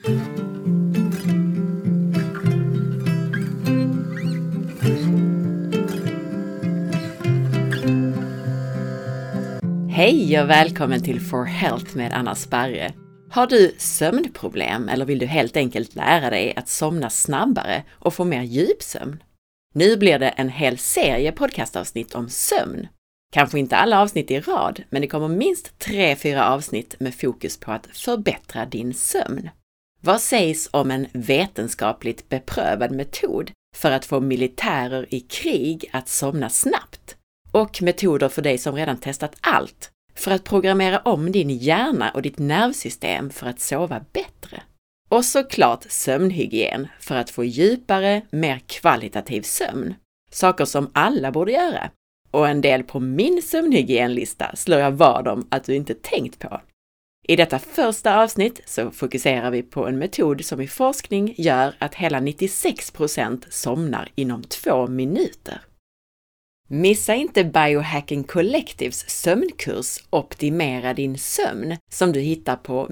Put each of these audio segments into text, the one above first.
Hej och välkommen till For Health med Anna Sparre. Har du sömnproblem eller vill du helt enkelt lära dig att somna snabbare och få mer djupsömn? Nu blir det en hel serie podcastavsnitt om sömn. Kanske inte alla avsnitt i rad, men det kommer minst 3-4 avsnitt med fokus på att förbättra din sömn. Vad sägs om en vetenskapligt beprövad metod för att få militärer i krig att somna snabbt? Och metoder för dig som redan testat allt för att programmera om din hjärna och ditt nervsystem för att sova bättre. Och såklart sömnhygien för att få djupare, mer kvalitativ sömn. Saker som alla borde göra. Och en del på min sömnhygienlista slår jag vad om att du inte tänkt på. I detta första avsnitt så fokuserar vi på en metod som i forskning gör att hela 96% somnar inom 2 minuter. Missa inte Biohacking Collectives sömnkurs Optimera din sömn som du hittar på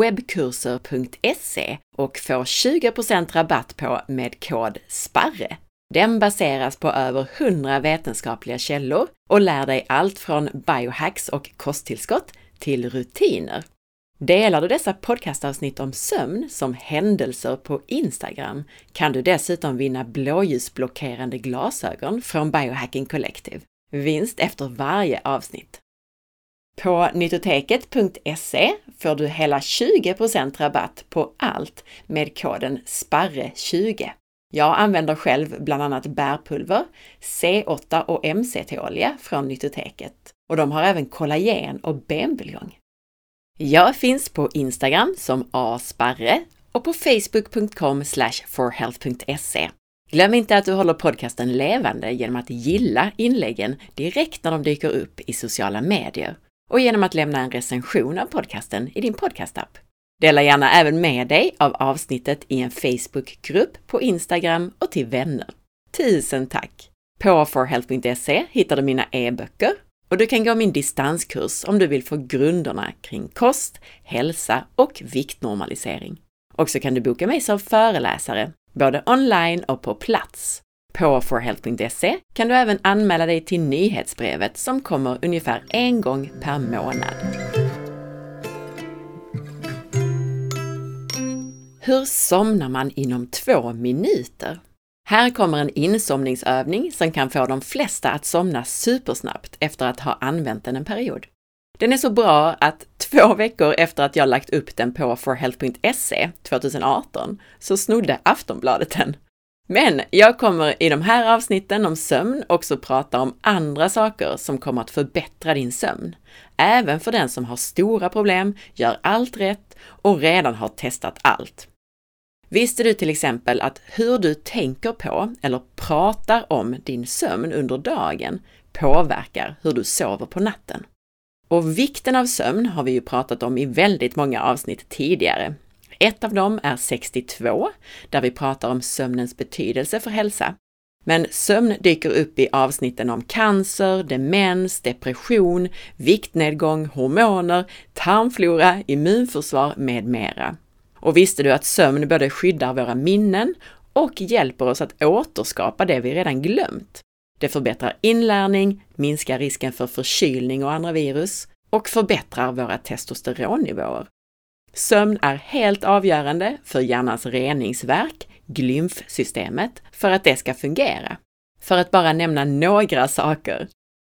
minawebkurser.se och får 20% rabatt på med kod SPARRE. Den baseras på över 100 vetenskapliga källor och lär dig allt från biohacks och kosttillskott till rutiner. Delar du dessa podcastavsnitt om sömn som händelser på Instagram kan du dessutom vinna blåljusblockerande glasögon från Biohacking Collective. Vinst efter varje avsnitt. På nyttoteket.se får du hela 20% rabatt på allt med koden SPARRE20. Jag använder själv bland annat bärpulver, C8 och MCT-olja från Nyttoteket. Och de har även kollagen och benbuljong. Jag finns på Instagram som asparre och på facebook.com/forhealth.se. Glöm inte att du håller podcasten levande genom att gilla inläggen direkt när de dyker upp i sociala medier och genom att lämna en recension av podcasten i din podcastapp. Dela gärna även med dig av avsnittet i en Facebookgrupp på Instagram och till vänner. Tusen tack! På forhealth.se hittar du mina e-böcker. Och du kan gå min distanskurs om du vill få grunderna kring kost, hälsa och viktnormalisering. Och så kan du boka mig som föreläsare, både online och på plats. På forhealth.se kan du även anmäla dig till nyhetsbrevet som kommer ungefär 1 gång per månad. Hur somnar man inom 2 minuter? Här kommer en insomningsövning som kan få de flesta att somna supersnabbt efter att ha använt den en period. Den är så bra att 2 veckor efter att jag lagt upp den på forhealth.se 2018 så snodde Aftonbladet den. Men jag kommer i de här avsnitten om sömn också prata om andra saker som kommer att förbättra din sömn. Även för den som har stora problem, gör allt rätt och redan har testat allt. Visste du till exempel att hur du tänker på eller pratar om din sömn under dagen påverkar hur du sover på natten? Och vikten av sömn har vi ju pratat om i väldigt många avsnitt tidigare. Ett av dem är 62, där vi pratar om sömnens betydelse för hälsa. Men sömn dyker upp i avsnitten om cancer, demens, depression, viktnedgång, hormoner, tarmflora, immunförsvar med mera. Och visste du att sömn både skyddar våra minnen och hjälper oss att återskapa det vi redan glömt? Det förbättrar inlärning, minskar risken för förkylning och andra virus och förbättrar våra testosteronnivåer. Sömn är helt avgörande för hjärnans reningsverk, glymfsystemet, för att det ska fungera. För att bara nämna några saker.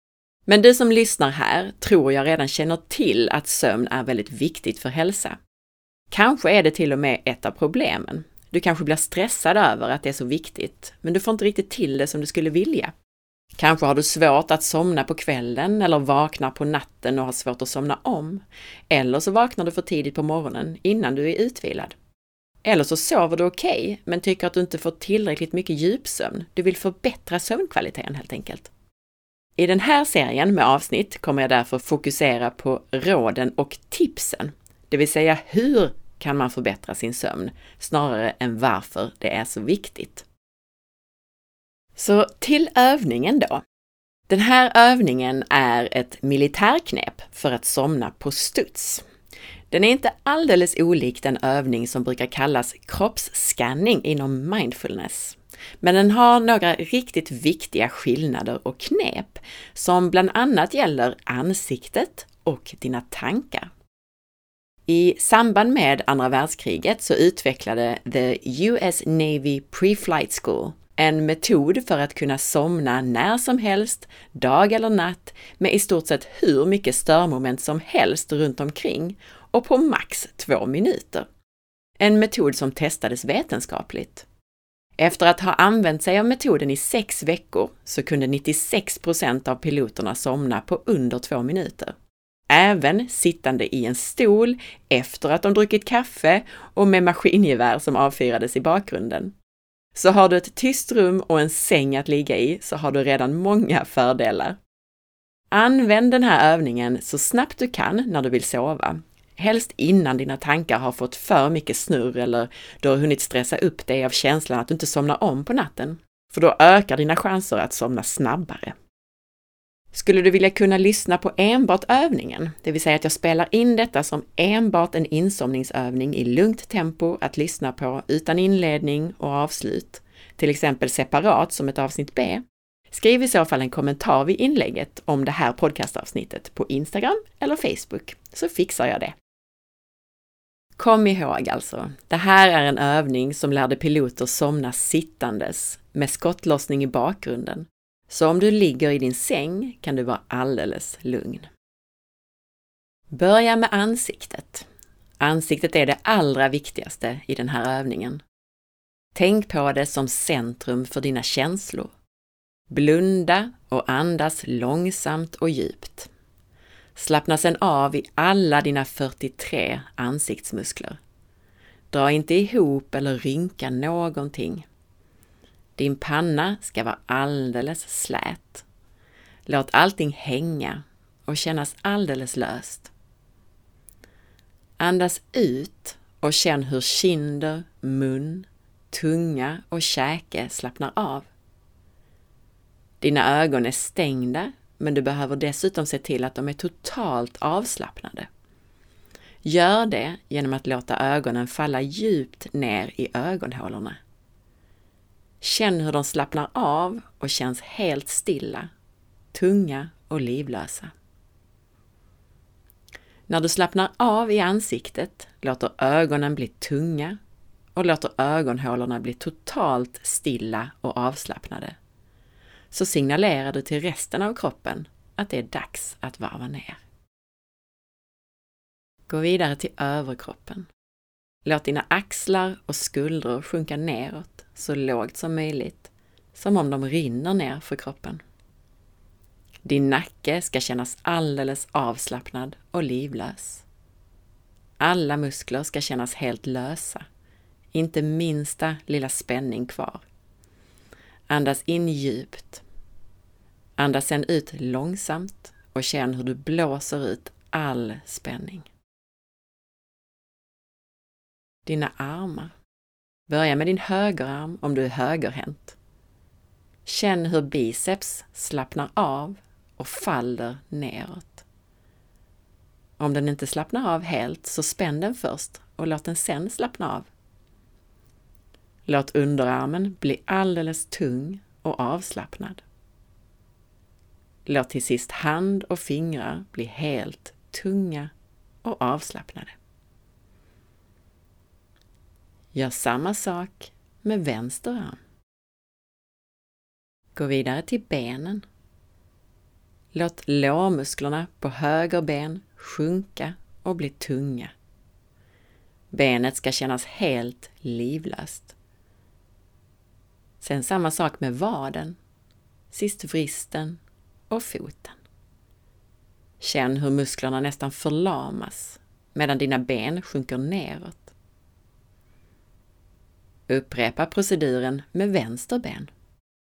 Men du som lyssnar här tror jag redan känner till att sömn är väldigt viktigt för hälsa. Kanske är det till och med ett av problemen. Du kanske blir stressad över att det är så viktigt, men du får inte riktigt till det som du skulle vilja. Kanske har du svårt att somna på kvällen eller vaknar på natten och har svårt att somna om. Eller så vaknar du för tidigt på morgonen innan du är utvilad. Eller så sover du okej, men tycker att du inte får tillräckligt mycket djupsömn. Du vill förbättra sömnkvaliteten helt enkelt. I den här serien med avsnitt kommer jag därför fokusera på råden och tipsen. Det vill säga hur kan man förbättra sin sömn snarare än varför det är så viktigt. Så till övningen då. Den här övningen är ett militärknep för att somna på studs. Den är inte alldeles olik den övning som brukar kallas kroppsscanning inom mindfulness. Men den har några riktigt viktiga skillnader och knep som bland annat gäller ansiktet och dina tankar. I samband med andra världskriget så utvecklade the US Navy Pre-Flight School en metod för att kunna somna när som helst, dag eller natt, med i stort sett hur mycket störmoment som helst runt omkring och på max 2 minuter. En metod som testades vetenskapligt. Efter att ha använt sig av metoden i 6 veckor så kunde 96% av piloterna somna på under 2 minuter. Även sittande i en stol efter att de druckit kaffe och med maskingevär som avfyrades i bakgrunden. Så har du ett tyst rum och en säng att ligga i så har du redan många fördelar. Använd den här övningen så snabbt du kan när du vill sova. Helst innan dina tankar har fått för mycket snurr eller du har hunnit stressa upp dig av känslan att du inte somnar om på natten. För då ökar dina chanser att somna snabbare. Skulle du vilja kunna lyssna på enbart övningen, det vill säga att jag spelar in detta som enbart en insomningsövning i lugnt tempo att lyssna på utan inledning och avslut, till exempel separat som ett avsnitt B, skriv i så fall en kommentar vid inlägget om det här podcastavsnittet på Instagram eller Facebook, så fixar jag det. Kom ihåg alltså, det här är en övning som lärde piloter somna sittandes med skottlossning i bakgrunden. Så om du ligger i din säng kan du vara alldeles lugn. Börja med ansiktet. Ansiktet är det allra viktigaste i den här övningen. Tänk på det som centrum för dina känslor. Blunda och andas långsamt och djupt. Slappna sedan av i alla dina 43 ansiktsmuskler. Dra inte ihop eller rynka någonting. Din panna ska vara alldeles slät. Låt allting hänga och kännas alldeles löst. Andas ut och känn hur kinder, mun, tunga och käke slappnar av. Dina ögon är stängda, men du behöver dessutom se till att de är totalt avslappnade. Gör det genom att låta ögonen falla djupt ner i ögonhålorna. Känn hur de slappnar av och känns helt stilla, tunga och livlösa. När du slappnar av i ansiktet låter ögonen bli tunga och låter ögonhålorna bli totalt stilla och avslappnade. Så signalerar du till resten av kroppen att det är dags att varva ner. Gå vidare till överkroppen. Låt dina axlar och skuldror sjunka neråt så lågt som möjligt, som om de rinner ner för kroppen. Din nacke ska kännas alldeles avslappnad och livlös. Alla muskler ska kännas helt lösa, inte minsta lilla spänning kvar. Andas in djupt. Andas sedan ut långsamt och känn hur du blåser ut all spänning. Dina armar. Börja med din högerarm om du är högerhänt. Känn hur biceps slappnar av och faller neråt. Om den inte slappnar av helt så spänn den först och låt den sen slappna av. Låt underarmen bli alldeles tung och avslappnad. Låt till sist hand och fingrar bli helt tunga och avslappnade. Gör samma sak med vänster arm. Gå vidare till benen. Låt lårmusklerna på höger ben sjunka och bli tunga. Benet ska kännas helt livlöst. Sen samma sak med vaden, sist vristen och foten. Känn hur musklerna nästan förlamas medan dina ben sjunker neråt. Upprepa proceduren med vänster ben.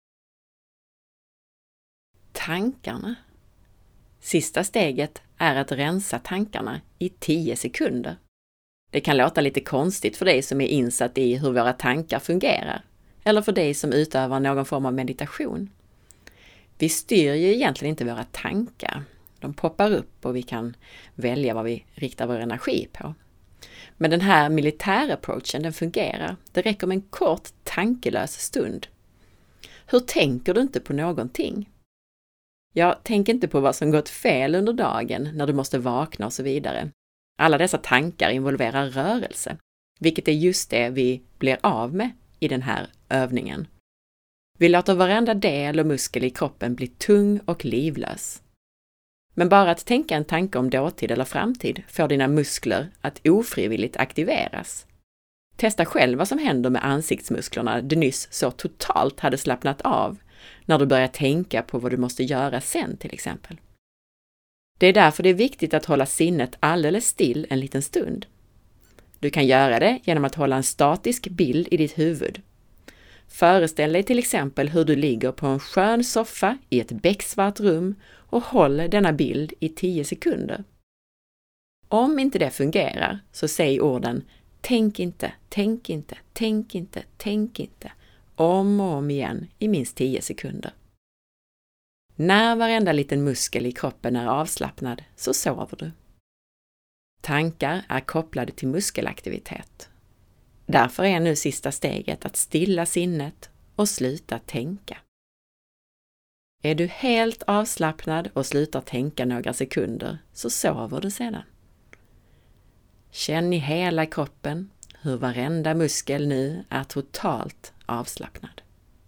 Tankarna. Sista steget är att rensa tankarna i 10 sekunder. Det kan låta lite konstigt för dig som är insatt i hur våra tankar fungerar, eller för dig som utövar någon form av meditation. Vi styr ju egentligen inte våra tankar, De poppar upp och vi kan välja vad vi riktar vår energi på. Men den här militärapproachen, den fungerar. Det räcker med en kort tankelös stund. Hur tänker du inte på någonting? Jag tänker inte på vad som gått fel under dagen när du måste vakna och så vidare. Alla dessa tankar involverar rörelse, vilket är just det vi blir av med i den här övningen. Vi låter varenda del och muskel i kroppen bli tung och livlös. Men bara att tänka en tanke om dåtid eller framtid får dina muskler att ofrivilligt aktiveras. Testa själv vad som händer med ansiktsmusklerna du nyss så totalt hade slappnat av när du börjar tänka på vad du måste göra sen till exempel. Det är därför det är viktigt att hålla sinnet alldeles still en liten stund. Du kan göra det genom att hålla en statisk bild i ditt huvud. Föreställ dig till exempel hur du ligger på en skön soffa i ett becksvart rum och håll denna bild i 10 sekunder. Om inte det fungerar så säg orden tänk inte, tänk inte, tänk inte, tänk inte om och om igen i minst 10 sekunder. När varenda liten muskel i kroppen är avslappnad så sover du. Tankar är kopplade till muskelaktivitet. Därför är nu sista steget att stilla sinnet och sluta tänka. Är du helt avslappnad och slutar tänka några sekunder så sover du sedan. Känn i hela kroppen hur varenda muskel nu är totalt avslappnad.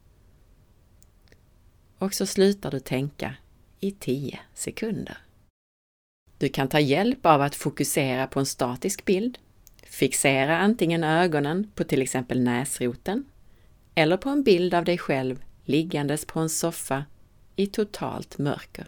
Och så slutar du tänka i 10 sekunder. Du kan ta hjälp av att fokusera på en statisk bild. Fixera antingen ögonen på till exempel näsroten eller på en bild av dig själv liggandes på en soffa i totalt mörker.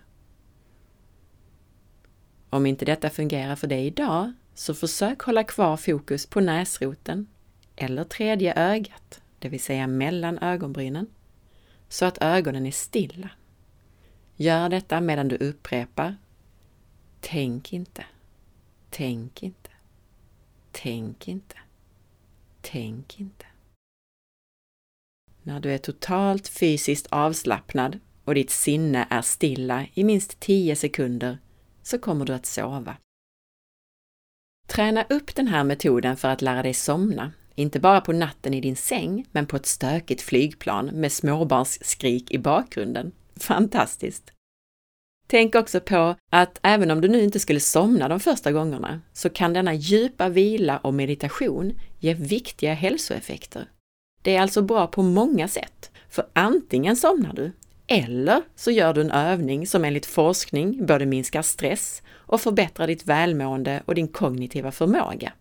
Om inte detta fungerar för dig idag så försök hålla kvar fokus på näsroten eller tredje ögat, det vill säga mellan ögonbrynen, så att ögonen är stilla. Gör detta medan du upprepar tänk inte, tänk inte, tänk inte, tänk inte. När du är totalt fysiskt avslappnad och ditt sinne är stilla i minst 10 sekunder så kommer du att sova. Träna upp den här metoden för att lära dig somna, inte bara på natten i din säng men på ett stökigt flygplan med småbarnsskrik i bakgrunden. Fantastiskt! Tänk också på att även om du nu inte skulle somna de första gångerna så kan denna djupa vila och meditation ge viktiga hälsoeffekter. Det är alltså bra på många sätt, för antingen somnar du eller så gör du en övning som enligt forskning både minskar stress och förbättrar ditt välmående och din kognitiva förmåga.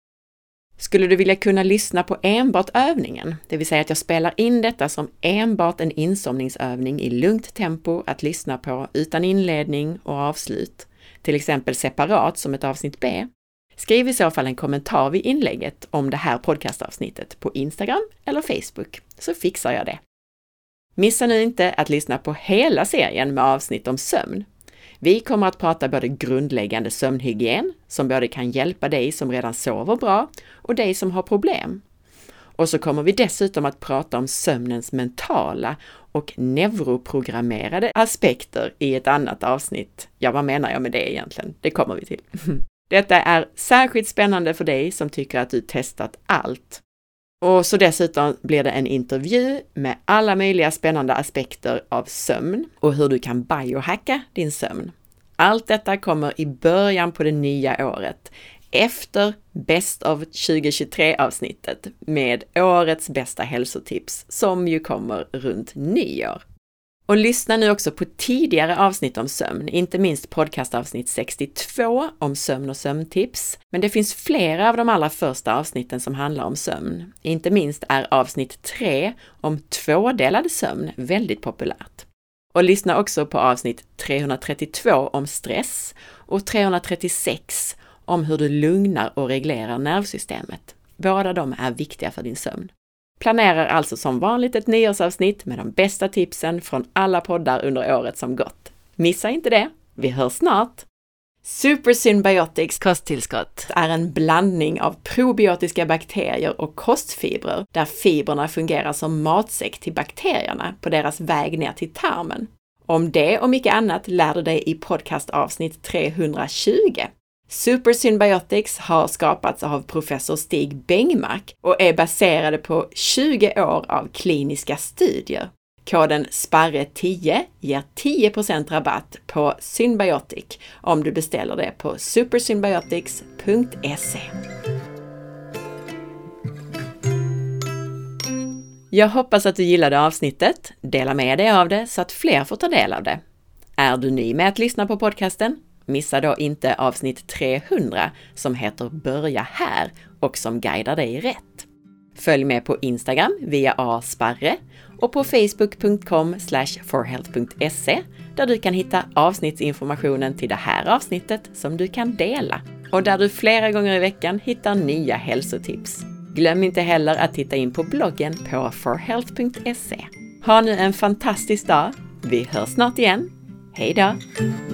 Skulle du vilja kunna lyssna på enbart övningen, det vill säga att jag spelar in detta som enbart en insomningsövning i lugnt tempo att lyssna på utan inledning och avslut, till exempel separat som ett avsnitt B, skriv i så fall en kommentar vid inlägget om det här podcastavsnittet på Instagram eller Facebook så fixar jag det. Missa nu inte att lyssna på hela serien med avsnitt om sömn. Vi kommer att prata både grundläggande sömnhygien, som både kan hjälpa dig som redan sover bra och dig som har problem. Och så kommer vi dessutom att prata om sömnens mentala och neuroprogrammerade aspekter i ett annat avsnitt. Ja, vad menar jag med det egentligen? Det kommer vi till. Detta är särskilt spännande för dig som tycker att du testat allt. Och så dessutom blir det en intervju med alla möjliga spännande aspekter av sömn och hur du kan biohacka din sömn. Allt detta kommer i början på det nya året, efter Best of 2023-avsnittet med årets bästa hälsotips som ju kommer runt nyår. Och lyssna nu också på tidigare avsnitt om sömn, inte minst podcastavsnitt 62 om sömn och sömntips. Men det finns flera av de allra första avsnitten som handlar om sömn. Inte minst är avsnitt 3 om tvådelad sömn väldigt populärt. Och lyssna också på avsnitt 332 om stress och 336 om hur du lugnar och reglerar nervsystemet. Båda de är viktiga för din sömn. Planerar alltså som vanligt ett nyårsavsnitt med de bästa tipsen från alla poddar under året som gått. Missa inte det, vi hörs snart! Super Synbiotics kosttillskott är en blandning av probiotiska bakterier och kostfibrer där fibrerna fungerar som matsäck till bakterierna på deras väg ner till tarmen. Om det och mycket annat lär du dig i podcastavsnitt 320. Super Synbiotics har skapats av professor Stig Bengmark och är baserade på 20 år av kliniska studier. Koden SPARRE10 ger 10% rabatt på Synbiotic om du beställer det på supersynbiotics.se. Jag hoppas att du gillade avsnittet. Dela med dig av det så att fler får ta del av det. Är du ny med att lyssna på podcasten? Missa då inte avsnitt 300 som heter Börja här och som guidar dig rätt. Följ med på Instagram via asparre och på facebook.com/forhealth.se där du kan hitta avsnittsinformationen till det här avsnittet som du kan dela och där du flera gånger i veckan hittar nya hälsotips. Glöm inte heller att titta in på bloggen på forhealth.se. Ha nu en fantastisk dag. Vi hörs snart igen. Hej då!